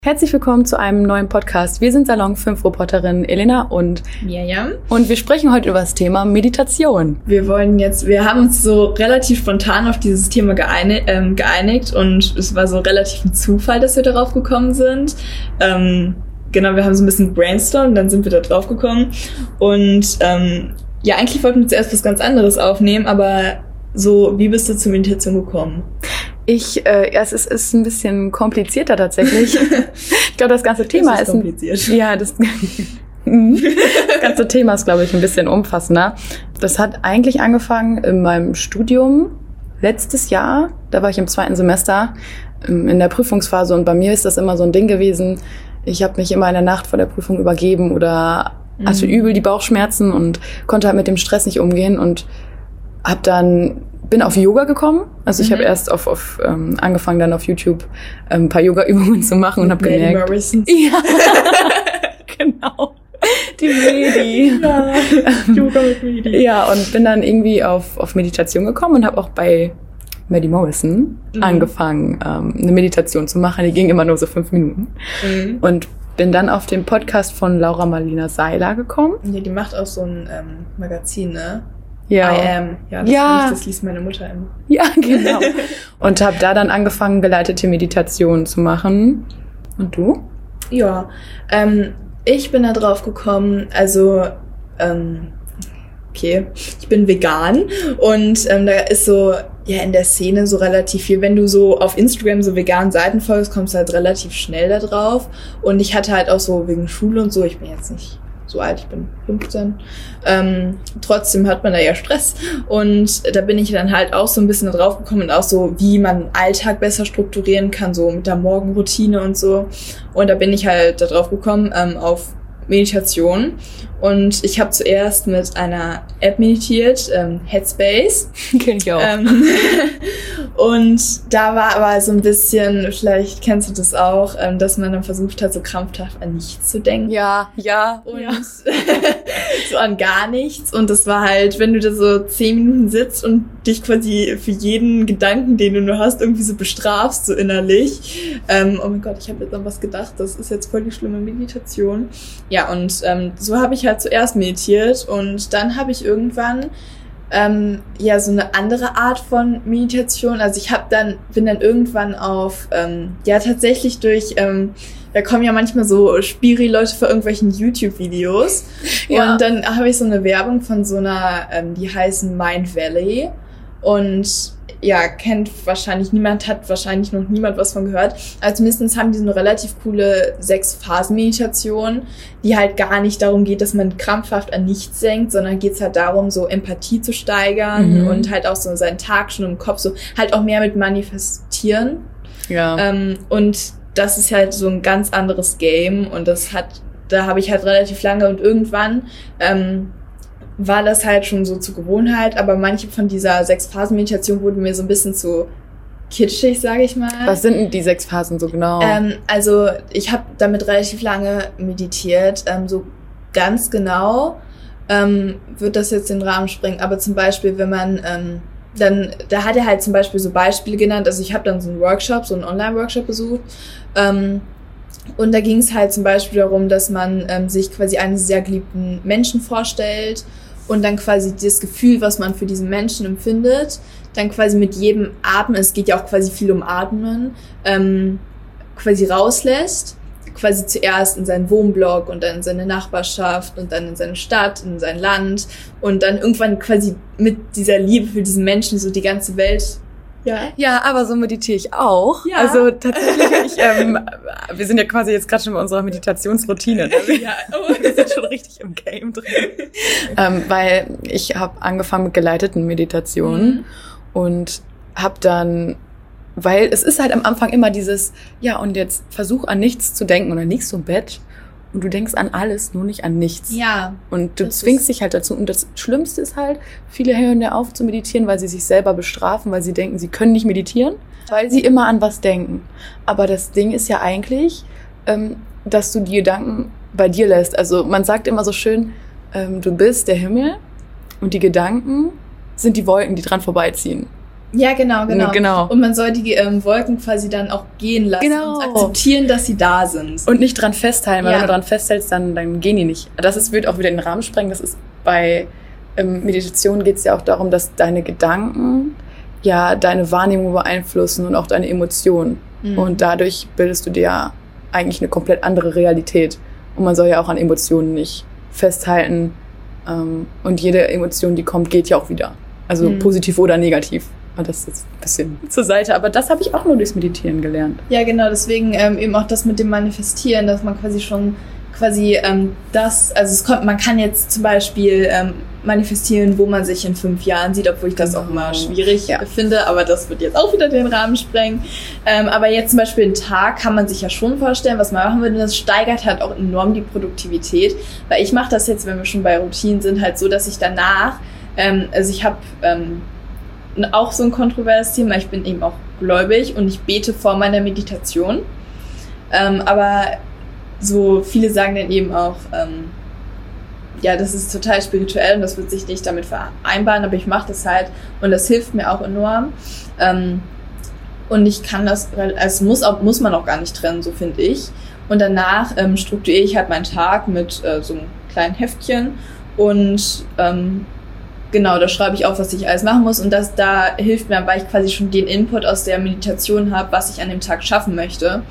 Herzlich willkommen zu einem neuen Podcast. Wir sind Salon 5 Reporterin Elena und Miriam. Und wir sprechen heute über das Thema Meditation. Wir haben uns so relativ spontan auf dieses Thema geeinigt und es war so relativ ein Zufall, dass wir darauf gekommen sind. Genau, wir haben so ein bisschen brainstormt und dann sind wir da drauf gekommen. Und eigentlich wollten wir zuerst was ganz anderes aufnehmen, aber so, wie bist du zur Meditation gekommen? Es ist ein bisschen komplizierter tatsächlich. Ich glaube, das ganze Thema ist kompliziert. Das ganze Thema ist, glaube ich, ein bisschen umfassender. Das hat eigentlich angefangen in meinem Studium letztes Jahr. Da war ich im 2. Semester in der Prüfungsphase und bei mir ist das immer so ein Ding gewesen. Ich habe mich immer in der Nacht vor der Prüfung übergeben oder hatte übel die Bauchschmerzen und konnte halt mit dem Stress nicht umgehen und bin auf Yoga gekommen. Also ich habe erst angefangen, dann auf YouTube ein paar Yoga-Übungen zu machen und habe gemerkt... Ja, genau. Die Medi. Ja, Yoga mit Medi. Ja, und bin dann irgendwie auf Meditation gekommen und habe auch bei Maddie Morrison angefangen, eine Meditation zu machen. Die ging immer nur so 5 Minuten. Und bin dann auf den Podcast von Laura Marlina Seiler gekommen. Ja, die macht auch so ein Magazin, ne? Ja. I Am. Ja, das liest meine Mutter immer. Ja, genau. Und habe da dann angefangen, geleitete Meditationen zu machen. Und du? Ja, ich bin da drauf gekommen, also, ich bin vegan und da ist so, ja, in der Szene so relativ viel. Wenn du so auf Instagram so veganen Seiten folgst, kommst du halt relativ schnell da drauf. Und ich hatte halt auch so wegen Schule und so, ich bin jetzt nicht so alt, ich bin 15. Trotzdem hat man da ja Stress. Und da bin ich dann halt auch so ein bisschen da drauf gekommen und auch so, wie man Alltag besser strukturieren kann, so mit der Morgenroutine und so. Und da bin ich halt da drauf gekommen, auf Meditation. Und ich habe zuerst mit einer App meditiert, Headspace. Kenn ich auch. Und da war aber so ein bisschen, vielleicht kennst du das auch, dass man dann versucht hat, so krampfhaft an nichts zu denken. Ja. Und so an gar nichts. Und das war halt, wenn du da so 10 Minuten sitzt und dich quasi für jeden Gedanken, den du nur hast, irgendwie so bestrafst, so innerlich. Oh mein Gott, ich habe jetzt an was gedacht. Das ist jetzt voll die schlimme Meditation. Ja, und so habe ich halt zuerst meditiert und dann habe ich irgendwann so eine andere Art von Meditation. Also ich bin dann irgendwann auf tatsächlich durch da kommen ja manchmal so Spiri-Leute für irgendwelchen YouTube-Videos. Ja. Und dann habe ich so eine Werbung von so einer, die heißen Mind Valley. Und ja, kennt wahrscheinlich niemand, hat wahrscheinlich noch niemand was von gehört. Also zumindest haben die so eine relativ coole 6-Phasen-Meditation, die halt gar nicht darum geht, dass man krampfhaft an nichts denkt, sondern geht's halt darum, so Empathie zu steigern und halt auch so seinen Tag schon im Kopf, so halt auch mehr mit manifestieren. Ja. Und das ist halt so ein ganz anderes Game und da habe ich halt relativ lange und irgendwann war das halt schon so zur Gewohnheit, aber manche von dieser 6-Phasen-Meditation wurden mir so ein bisschen zu kitschig, sage ich mal. Was sind denn die 6 Phasen so genau? Also ich habe damit relativ lange meditiert, so ganz genau wird das jetzt den Rahmen sprengen, aber zum Beispiel, wenn man da hat er halt zum Beispiel so Beispiele genannt, also ich habe dann so einen Online-Workshop besucht, und da ging es halt zum Beispiel darum, dass man sich quasi einen sehr geliebten Menschen vorstellt und dann quasi das Gefühl, was man für diesen Menschen empfindet, dann quasi mit jedem Atmen, es geht ja auch quasi viel um Atmen, quasi rauslässt. Quasi zuerst in seinen Wohnblock und dann in seine Nachbarschaft und dann in seine Stadt, in sein Land und dann irgendwann quasi mit dieser Liebe für diesen Menschen so die ganze Welt. Ja, aber so meditiere ich auch. Ja. Also tatsächlich, wir sind ja quasi jetzt gerade schon bei unserer Meditationsroutine. Ja, wir sind schon richtig im Game drin. Weil ich habe angefangen mit geleiteten Meditationen und habe dann, weil es ist halt am Anfang immer dieses, ja, und jetzt versuch an nichts zu denken und dann liegst du im Bett und du denkst an alles, nur nicht an nichts. Ja. Und du zwingst dich halt dazu. Und das Schlimmste ist halt, viele hören ja auf zu meditieren, weil sie sich selber bestrafen, weil sie denken, sie können nicht meditieren, weil sie immer an was denken. Aber das Ding ist ja eigentlich, dass du die Gedanken bei dir lässt. Also man sagt immer so schön, du bist der Himmel und die Gedanken sind die Wolken, die dran vorbeiziehen. Ja, genau. Und man soll die Wolken quasi dann auch gehen lassen und akzeptieren, dass sie da sind. Und nicht dran festhalten, weil wenn du dran festhältst, dann gehen die nicht. Wird auch wieder in den Rahmen sprengen. Das ist bei Meditation geht es ja auch darum, dass deine Gedanken ja deine Wahrnehmung beeinflussen und auch deine Emotionen. Und dadurch bildest du dir ja eigentlich eine komplett andere Realität. Und man soll ja auch an Emotionen nicht festhalten. Und jede Emotion, die kommt, geht ja auch wieder. Also positiv oder negativ. Und das ist ein bisschen zur Seite. Aber das habe ich auch nur durchs Meditieren gelernt. Ja, genau. Deswegen eben auch das mit dem Manifestieren, dass man man kann jetzt zum Beispiel manifestieren, wo man sich in 5 Jahren sieht, obwohl ich das auch immer schwierig finde, aber das wird jetzt auch wieder den Rahmen sprengen. Aber jetzt zum Beispiel einen Tag kann man sich ja schon vorstellen, was man machen würde. Das steigert halt auch enorm die Produktivität, weil ich mache das jetzt, wenn wir schon bei Routinen sind, halt so, dass ich danach, ich habe auch so ein kontroverses Thema, ich bin eben auch gläubig und ich bete vor meiner Meditation, aber so viele sagen dann eben auch, das ist total spirituell und das wird sich nicht damit vereinbaren, aber ich mache das halt und das hilft mir auch enorm. Und ich kann das, also muss man auch gar nicht trennen, so finde ich. Und danach strukturiere ich halt meinen Tag mit so einem kleinen Heftchen und da schreibe ich auf, was ich alles machen muss und da hilft mir, weil ich quasi schon den Input aus der Meditation habe, was ich an dem Tag schaffen möchte.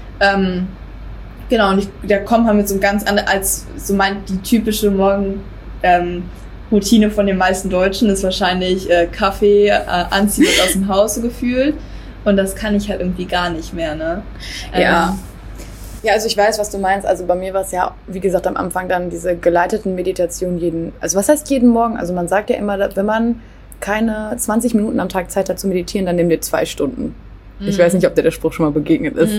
Und der kommt halt mit so einem ganz anderen, als so die typische Morgen-Routine von den meisten Deutschen ist wahrscheinlich Kaffee, anziehen und aus dem Haus so gefühlt. Und das kann ich halt irgendwie gar nicht mehr, ne? Ja, also ich weiß, was du meinst. Also bei mir war es ja, wie gesagt, am Anfang dann diese geleiteten Meditationen was heißt jeden Morgen? Also man sagt ja immer, wenn man keine 20 Minuten am Tag Zeit hat zu meditieren, dann nimm dir 2 Stunden. Ich weiß nicht, ob dir der Spruch schon mal begegnet ist.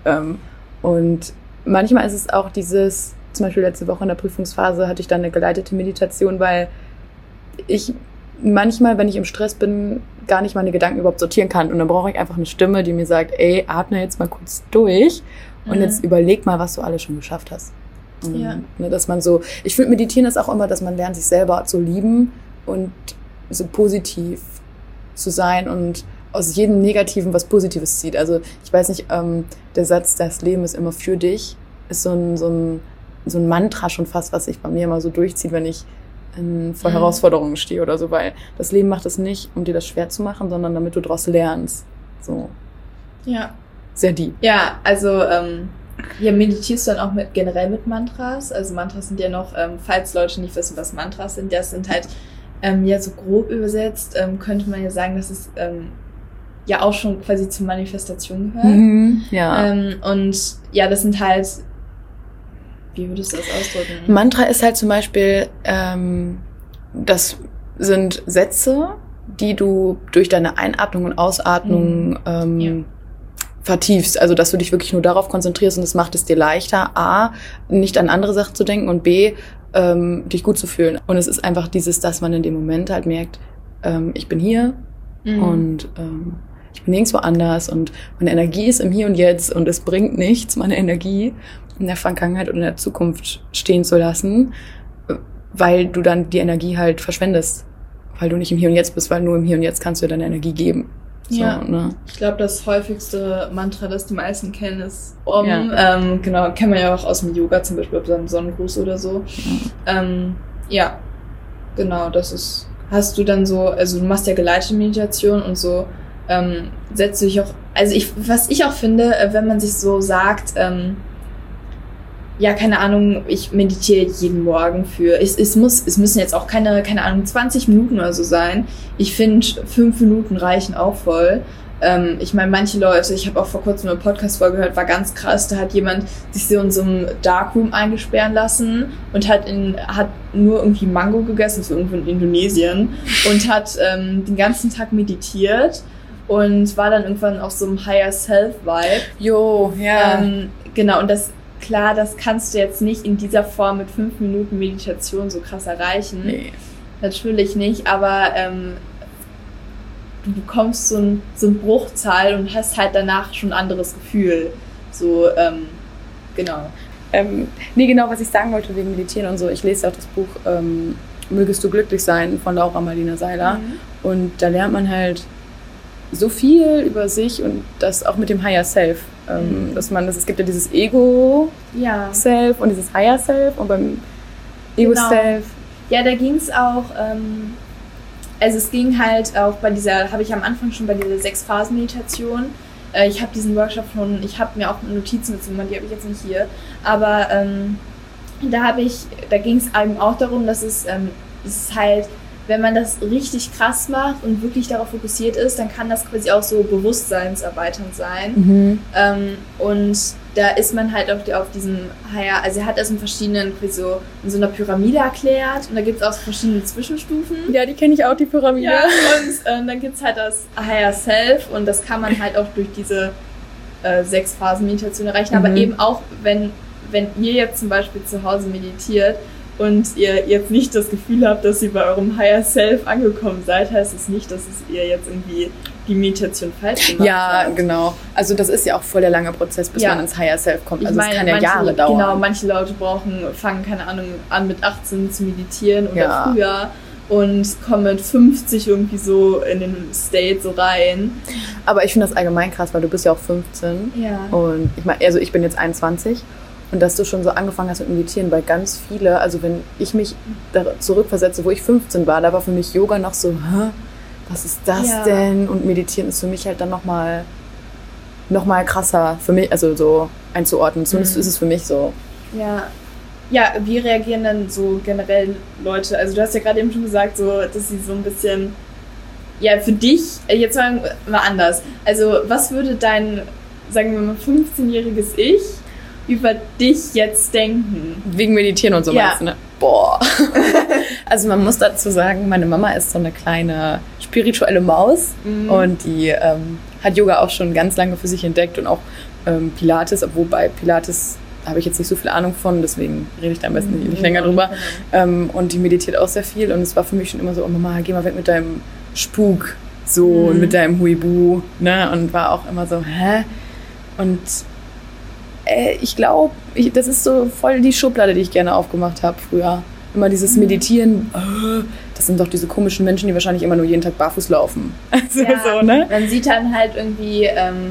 Und manchmal ist es auch zum Beispiel letzte Woche in der Prüfungsphase hatte ich dann eine geleitete Meditation, weil ich manchmal, wenn ich im Stress bin, gar nicht meine Gedanken überhaupt sortieren kann. Und dann brauche ich einfach eine Stimme, die mir sagt, ey, atme jetzt mal kurz durch und jetzt überleg mal, was du alles schon geschafft hast. Dass man ich finde, Meditieren ist auch immer, dass man lernt, sich selber zu lieben und so positiv zu sein und aus jedem Negativen was Positives zieht. Also ich weiß nicht, der Satz, das Leben ist immer für dich, ist so ein Mantra schon fast, was sich bei mir immer so durchzieht, wenn ich vor Herausforderungen stehe oder so, weil das Leben macht es nicht, um dir das schwer zu machen, sondern damit du daraus lernst. So. Ja. Sehr deep. Ja, also meditierst du dann auch generell mit Mantras? Also Mantras sind ja noch, falls Leute nicht wissen, was Mantras sind, das sind halt so grob übersetzt, könnte man ja sagen, dass es auch schon quasi zur Manifestation gehört. Und das sind halt, wie würdest du das ausdrücken? Mantra ist halt zum Beispiel, das sind Sätze, die du durch deine Einatmung und Ausatmung vertiefst. Also, dass du dich wirklich nur darauf konzentrierst und das macht es dir leichter, A, nicht an andere Sachen zu denken und B, dich gut zu fühlen. Und es ist einfach dass man in dem Moment halt merkt, ich bin hier und ich bin nirgendwo anders und meine Energie ist im Hier und Jetzt und es bringt nichts, meine Energie in der Vergangenheit oder in der Zukunft stehen zu lassen, weil du dann die Energie halt verschwendest, weil du nicht im Hier und Jetzt bist, weil nur im Hier und Jetzt kannst du deine Energie geben. So, ne? Ich glaube, das häufigste Mantra, das die meisten kennen, ist Om. Genau, kennt man ja auch aus dem Yoga, zum Beispiel beim Sonnengruß oder so. Genau, das ist, hast du dann so, also du machst ja geleitete Meditation und so, setzt du dich auch, also was ich auch finde, wenn man sich so sagt, keine Ahnung, ich meditiere jeden Morgen es müssen jetzt auch keine Ahnung, 20 Minuten oder so sein. Ich finde, 5 Minuten reichen auch voll. Ich meine, manche Leute, ich habe auch vor kurzem eine Podcast-Folge gehört, war ganz krass, da hat jemand sich so in so einem Darkroom eingesperren lassen und hat nur irgendwie Mango gegessen, so irgendwo in Indonesien, und hat den ganzen Tag meditiert und war dann irgendwann auf so einem Higher Self-Vibe. Jo, ja. Genau, und das kannst du jetzt nicht in dieser Form mit 5 Minuten Meditation so krass erreichen. Nee. Natürlich nicht, aber du bekommst so ein Bruchzahl und hast halt danach schon ein anderes Gefühl. So, genau. Genau, was ich sagen wollte wegen Meditieren und so. Ich lese auch das Buch Mögest du glücklich sein von Laura Marlina Seiler. Und da lernt man halt so viel über sich und das auch mit dem Higher Self, es gibt ja dieses Ego-Self und dieses Higher Self und beim Ego-Self. Ja, da ging es auch, also es ging halt auch bei dieser, habe ich am Anfang schon bei dieser 6-Phasen-Meditation, ich habe diesen Workshop ich habe mir auch Notizen mitgemacht, die habe ich jetzt nicht hier, aber da ging es eben auch darum, dass es ist halt, wenn man das richtig krass macht und wirklich darauf fokussiert ist, dann kann das quasi auch so bewusstseinserweiternd sein. Und da ist man halt auf diesem Higher, also er hat das in verschiedenen, so in so einer Pyramide erklärt und da gibt es auch so verschiedene Zwischenstufen. Ja, die kenne ich auch, die Pyramide. Ja, und dann gibt es halt das Higher Self und das kann man halt auch durch diese 6-Phasen-Meditation erreichen, aber eben auch, wenn ihr jetzt zum Beispiel zu Hause meditiert und ihr jetzt nicht das Gefühl habt, dass ihr bei eurem Higher Self angekommen seid, heißt es nicht, dass ihr jetzt irgendwie die Meditation falsch gemacht habt. Ja, genau. Also das ist ja auch voll der lange Prozess, bis man ins Higher Self kommt. Also es kann ja Jahre dauern. Genau, manche Leute fangen, keine Ahnung, an mit 18 zu meditieren oder früher und kommen mit 50 irgendwie so in den State so rein. Aber ich finde das allgemein krass, weil du bist ja auch 15. Ja. Und ich meine, also ich bin jetzt 21. Und dass du schon so angefangen hast mit Meditieren, weil ganz viele, also wenn ich mich da zurückversetze, wo ich 15 war, da war für mich Yoga noch so, was ist das denn? Und Meditieren ist für mich halt dann noch mal krasser für mich, also so einzuordnen. Zumindest ist es für mich so. Ja. Ja, wie reagieren dann so generell Leute? Also du hast ja gerade eben schon gesagt, so, dass sie so ein bisschen, ja, für dich, jetzt sagen wir mal anders. Also was würde dein, sagen wir mal, 15-jähriges Ich über dich jetzt denken? Wegen Meditieren und so meinst du, ne? Boah. Also man muss dazu sagen, meine Mama ist so eine kleine spirituelle Maus und die hat Yoga auch schon ganz lange für sich entdeckt und auch Pilates, obwohl bei Pilates habe ich jetzt nicht so viel Ahnung von, deswegen rede ich da am besten nicht länger drüber. Und die meditiert auch sehr viel und es war für mich schon immer so, oh Mama, geh mal weg mit deinem Spuk, so, und mit deinem Huibu, ne? Und war auch immer so, hä? Und ich glaube, das ist so voll die Schublade, die ich gerne aufgemacht habe früher. Immer dieses Meditieren, das sind doch diese komischen Menschen, die wahrscheinlich immer nur jeden Tag barfuß laufen. Also so, ne? Man sieht dann halt irgendwie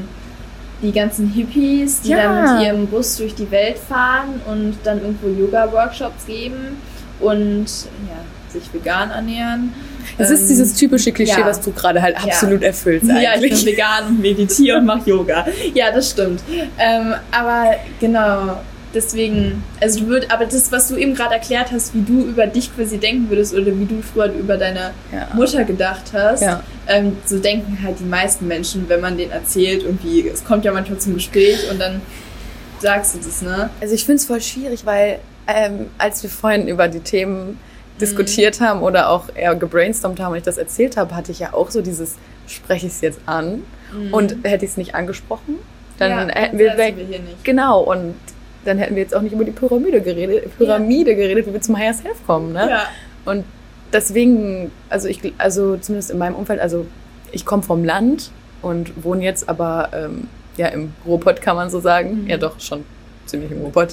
die ganzen Hippies, die dann mit ihrem Bus durch die Welt fahren und dann irgendwo Yoga-Workshops geben und sich vegan ernähren. Das ist dieses typische Klischee, was du gerade halt absolut erfüllst eigentlich. Ja, ich bin vegan und meditiere und mache Yoga. Ja, das stimmt. Aber genau, deswegen, also aber das, was du eben gerade erklärt hast, wie du über dich quasi denken würdest oder wie du früher über deine Mutter gedacht hast, so denken halt die meisten Menschen, wenn man denen erzählt, irgendwie, es kommt ja manchmal zum Gespräch und dann sagst du das, ne? Also ich finde es voll schwierig, weil als wir vorhin über die Themen diskutiert haben oder auch eher gebrainstormt haben und ich das erzählt habe, hatte ich ja auch so dieses, spreche ich es jetzt an und hätte ich es nicht angesprochen, dann hätten wir hier nicht. Genau, und dann hätten wir jetzt auch nicht über die Pyramide geredet, wie wir zum Higher Self kommen, ne? Ja. Und deswegen, also zumindest in meinem Umfeld, also ich komme vom Land und wohne jetzt aber im Ruhrpott, kann man so sagen. Ja doch, schon ziemlich im Ruhrpott.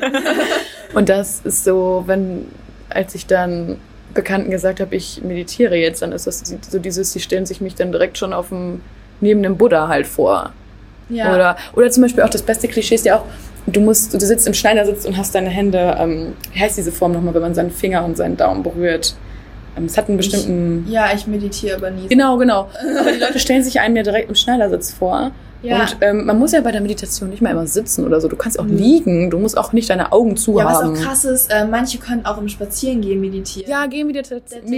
Und das ist so, als ich dann Bekannten gesagt habe, ich meditiere jetzt, dann ist das so dieses, die stellen sich mich dann direkt schon neben dem Buddha halt vor. Ja. Oder zum Beispiel auch das beste Klischee ist ja auch, du sitzt im Schneidersitz und hast deine Hände, wie heißt diese Form nochmal, wenn man seinen Finger und seinen Daumen berührt? Es hat einen bestimmten... Ich meditiere aber nie. Genau. Aber die Leute stellen sich einem ja direkt im Schneidersitz vor. Ja. Und man muss ja bei der Meditation nicht mal immer sitzen oder so. Du kannst auch liegen. Du musst auch nicht deine Augen zu haben. Ja, was auch krass ist, manche können auch im Spazierengehen meditieren. Ja, Gehmeditation.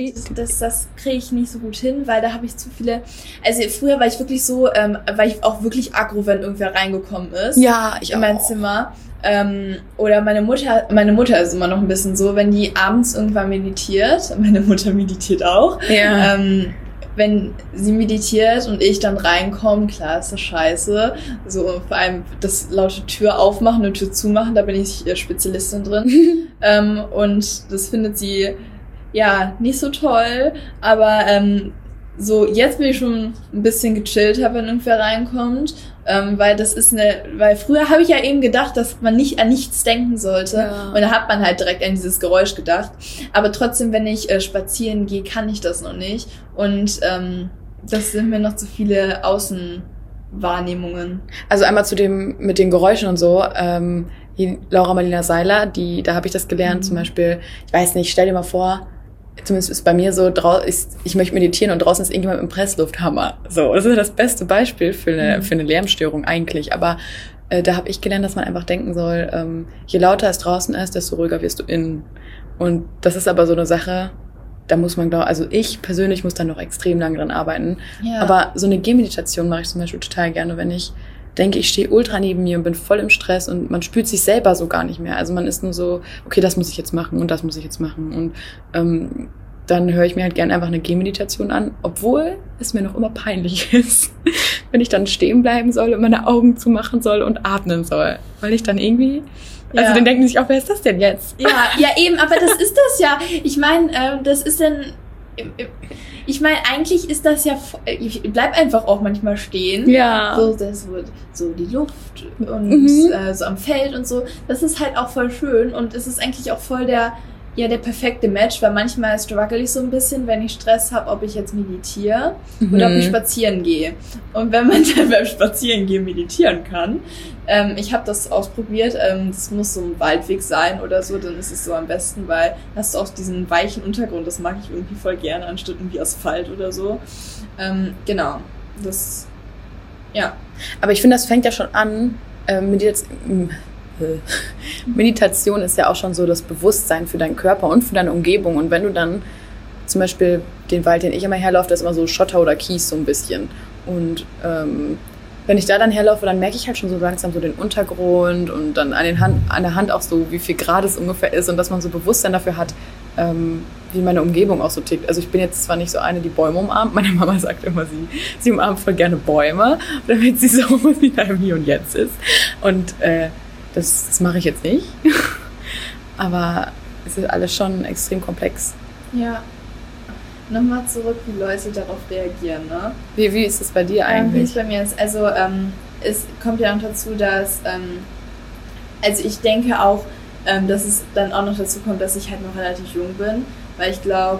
Das kriege ich nicht so gut hin, weil da habe ich zu viele... Also früher war ich wirklich so, war ich auch wirklich aggro, wenn irgendwer reingekommen ist. Ja, ich in mein Zimmer. Oder meine Mutter ist immer noch ein bisschen so, wenn die abends irgendwann meditiert, meine Mutter meditiert auch, wenn sie meditiert und ich dann reinkomme, klar ist das scheiße, so vor allem das laute Tür aufmachen und Tür zumachen, da bin ich Spezialistin drin und das findet sie nicht so toll, aber so jetzt bin ich schon ein bisschen gechillter, wenn irgendwer reinkommt, weil früher habe ich ja eben gedacht, dass man nicht an nichts denken sollte und da hat man halt direkt an dieses Geräusch gedacht, aber trotzdem, wenn ich spazieren gehe, kann ich das noch nicht und Das sind mir noch zu viele Außenwahrnehmungen. Also einmal zu dem mit den Geräuschen und so. Die Laura Marlina Seiler, da habe ich das gelernt. Zum Beispiel, ich weiß nicht, stell dir mal vor, zumindest ist bei mir so, ich möchte meditieren und draußen ist irgendjemand mit einem Presslufthammer. So, das ist das beste Beispiel für eine Lärmstörung eigentlich. Aber da habe ich gelernt, dass man einfach denken soll, je lauter es draußen ist, desto ruhiger wirst du innen. Und das ist aber so eine Sache, da muss man, also ich persönlich muss da noch extrem lange dran arbeiten. Ja. Aber so eine Gehmeditation mache ich zum Beispiel total gerne, wenn ich denke, ich stehe ultra neben mir und bin voll im Stress und man spürt sich selber so gar nicht mehr. Also man ist nur so, okay, das muss ich jetzt machen und das muss ich jetzt machen. Und dann höre ich mir halt gerne einfach eine Gehmeditation an, obwohl es mir noch immer peinlich ist, wenn ich dann stehen bleiben soll und meine Augen zumachen soll und atmen soll. Weil ich dann irgendwie, also dann denken die sich auch, wer ist das denn jetzt? Ja, eben, aber das ist das ja. Ich meine, das ist dann... Ich meine, eigentlich ist das ja, ich bleib einfach auch manchmal stehen. Ja. So, das wird so die Luft und so am Feld und so. Das ist halt auch voll schön und es ist eigentlich auch voll der perfekte Match, weil manchmal struggle ich so ein bisschen, wenn ich Stress habe, ob ich jetzt meditiere oder ob ich spazieren gehe. Und wenn man dann beim Spazierengehen meditieren kann, ich habe das ausprobiert, das muss so ein Waldweg sein oder so, dann ist es so am besten, weil hast du auch diesen weichen Untergrund, das mag ich irgendwie voll gerne, anstatt irgendwie Asphalt oder so. Genau, das, ja. Aber ich finde, das fängt ja schon an, Meditation ist ja auch schon so das Bewusstsein für deinen Körper und für deine Umgebung. Und wenn du dann zum Beispiel den Wald, den ich immer herlaufe, das ist immer so Schotter oder Kies so ein bisschen. Und wenn ich da dann herlaufe, dann merke ich halt schon so langsam so den Untergrund und dann an der Hand auch so, wie viel Grad es ungefähr ist und dass man so Bewusstsein dafür hat, wie meine Umgebung auch so tickt. Also ich bin jetzt zwar nicht so eine, die Bäume umarmt. Meine Mama sagt immer, sie umarmt voll gerne Bäume, damit sie so wieder im Hier und Jetzt ist. Und das mache ich jetzt nicht. Aber es ist alles schon extrem komplex. Ja. Nochmal zurück, wie Leute darauf reagieren, ne? Wie ist es bei dir eigentlich? Wie es bei mir ist. Also, es kommt ja noch dazu, dass, also ich denke auch, dass es dann auch noch dazu kommt, dass ich halt noch relativ jung bin. Weil ich glaube,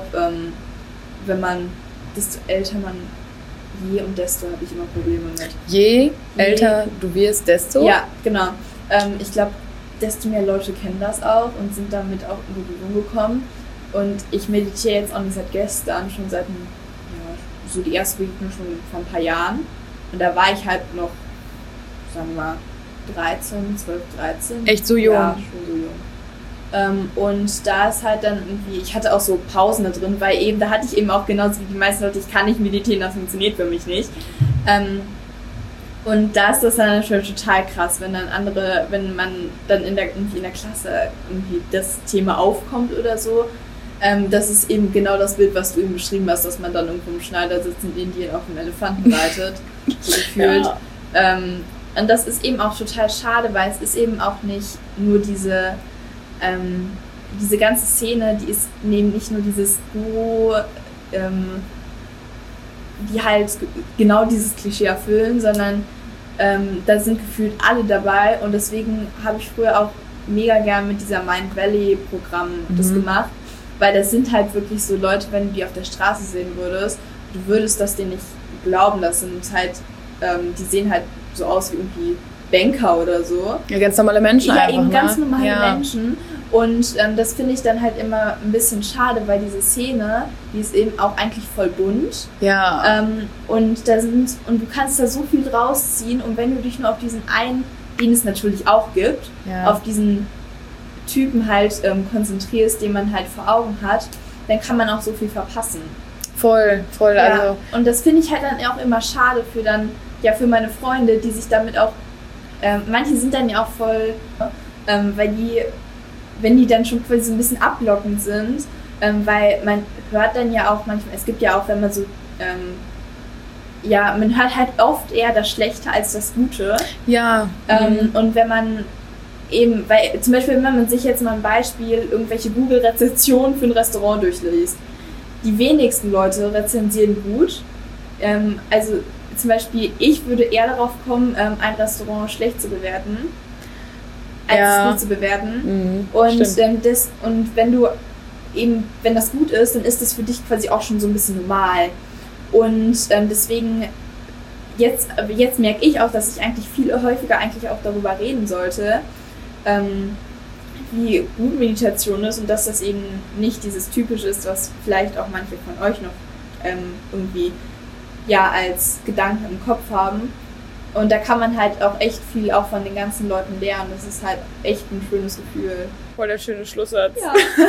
desto älter man und desto habe ich immer Probleme mit. Je älter du wirst, desto? Ja, genau. Ich glaube, desto mehr Leute kennen das auch und sind damit auch in Berührung gekommen. Und ich meditiere jetzt auch nicht seit gestern, schon seit, so die erste Begegnung schon vor ein paar Jahren. Und da war ich halt noch, sagen wir mal, 12, 13. Echt so jung? Ja, schon so jung. Und da ist halt dann irgendwie, ich hatte auch so Pausen da drin, weil eben, da hatte ich eben auch genauso wie die meisten Leute, ich kann nicht meditieren, das funktioniert für mich nicht. Und da ist das dann natürlich total krass, wenn man dann irgendwie in der Klasse irgendwie das Thema aufkommt oder so. Das ist eben genau das Bild, was du eben beschrieben hast, dass man dann irgendwo im Schneider sitzt in Indien auf einem Elefanten reitet, so gefühlt. Ja. Und das ist eben auch total schade, weil es ist eben auch nicht nur diese ganze Szene, die ist nicht nur dieses Guru, die halt genau dieses Klischee erfüllen, sondern da sind gefühlt alle dabei und deswegen habe ich früher auch mega gern mit dieser Mind Valley Programm das gemacht, weil das sind halt wirklich so Leute, wenn du die auf der Straße sehen würdest, du würdest das denen nicht glauben, das sind halt, die sehen halt so aus wie irgendwie Banker oder so. Ja, ganz normale Menschen einfach, eben ganz normale Menschen. Und das finde ich dann halt immer ein bisschen schade, weil diese Szene, die ist eben auch eigentlich voll bunt. Ja. Und du kannst da so viel draus ziehen und wenn du dich nur auf diesen einen, den es natürlich auch gibt, auf diesen Typen halt konzentrierst, den man halt vor Augen hat, dann kann man auch so viel verpassen. Voll, ja. Also. Und das finde ich halt dann auch immer schade für meine Freunde, die sich damit auch, manche sind dann ja auch voll, weil wenn die dann schon quasi so ein bisschen ablockend sind, weil man hört dann ja auch manchmal, es gibt ja auch, wenn man so, man hört halt oft eher das Schlechte als das Gute. Ja. Und wenn man eben, weil zum Beispiel, wenn man sich jetzt mal ein Beispiel, irgendwelche Google-Rezensionen für ein Restaurant durchliest, die wenigsten Leute rezensieren gut. Also zum Beispiel, ich würde eher darauf kommen, ein Restaurant schlecht zu bewerten, als es gut zu bewerten. Und wenn du eben, wenn das gut ist, dann ist das für dich quasi auch schon so ein bisschen normal. Und deswegen, jetzt merke ich auch, dass ich eigentlich viel häufiger eigentlich auch darüber reden sollte, wie gut Meditation ist und dass das eben nicht dieses Typische ist, was vielleicht auch manche von euch noch irgendwie als Gedanken im Kopf haben. Und da kann man halt auch echt viel auch von den ganzen Leuten lernen. Das ist halt echt ein schönes Gefühl. Voll der schöne Schlusssatz. Ja.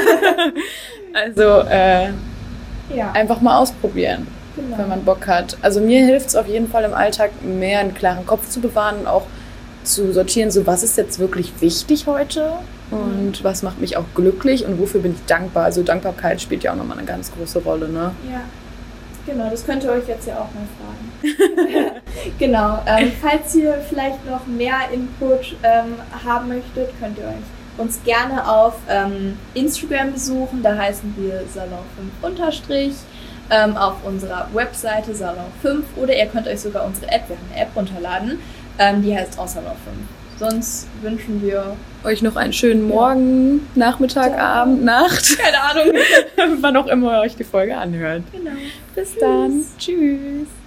Also einfach mal ausprobieren, wenn man Bock hat. Also mir hilft es auf jeden Fall im Alltag, mehr einen klaren Kopf zu bewahren und auch zu sortieren, so was ist jetzt wirklich wichtig heute und was macht mich auch glücklich und wofür bin ich dankbar. Also Dankbarkeit spielt ja auch nochmal eine ganz große Rolle, ne? Ja, genau, das könnt ihr euch jetzt ja auch mal fragen. Genau, falls ihr vielleicht noch mehr Input haben möchtet, könnt ihr uns gerne auf Instagram besuchen, da heißen wir Salon5_ auf unserer Webseite Salon5 oder ihr könnt euch sogar unsere App, wir haben eine App runterladen, die heißt auch Salon5. Sonst wünschen wir euch noch einen schönen Morgen, Nachmittag, Abend, Nacht. Keine Ahnung. Wann auch immer ihr euch die Folge anhört. Genau. Bis dann. Tschüss.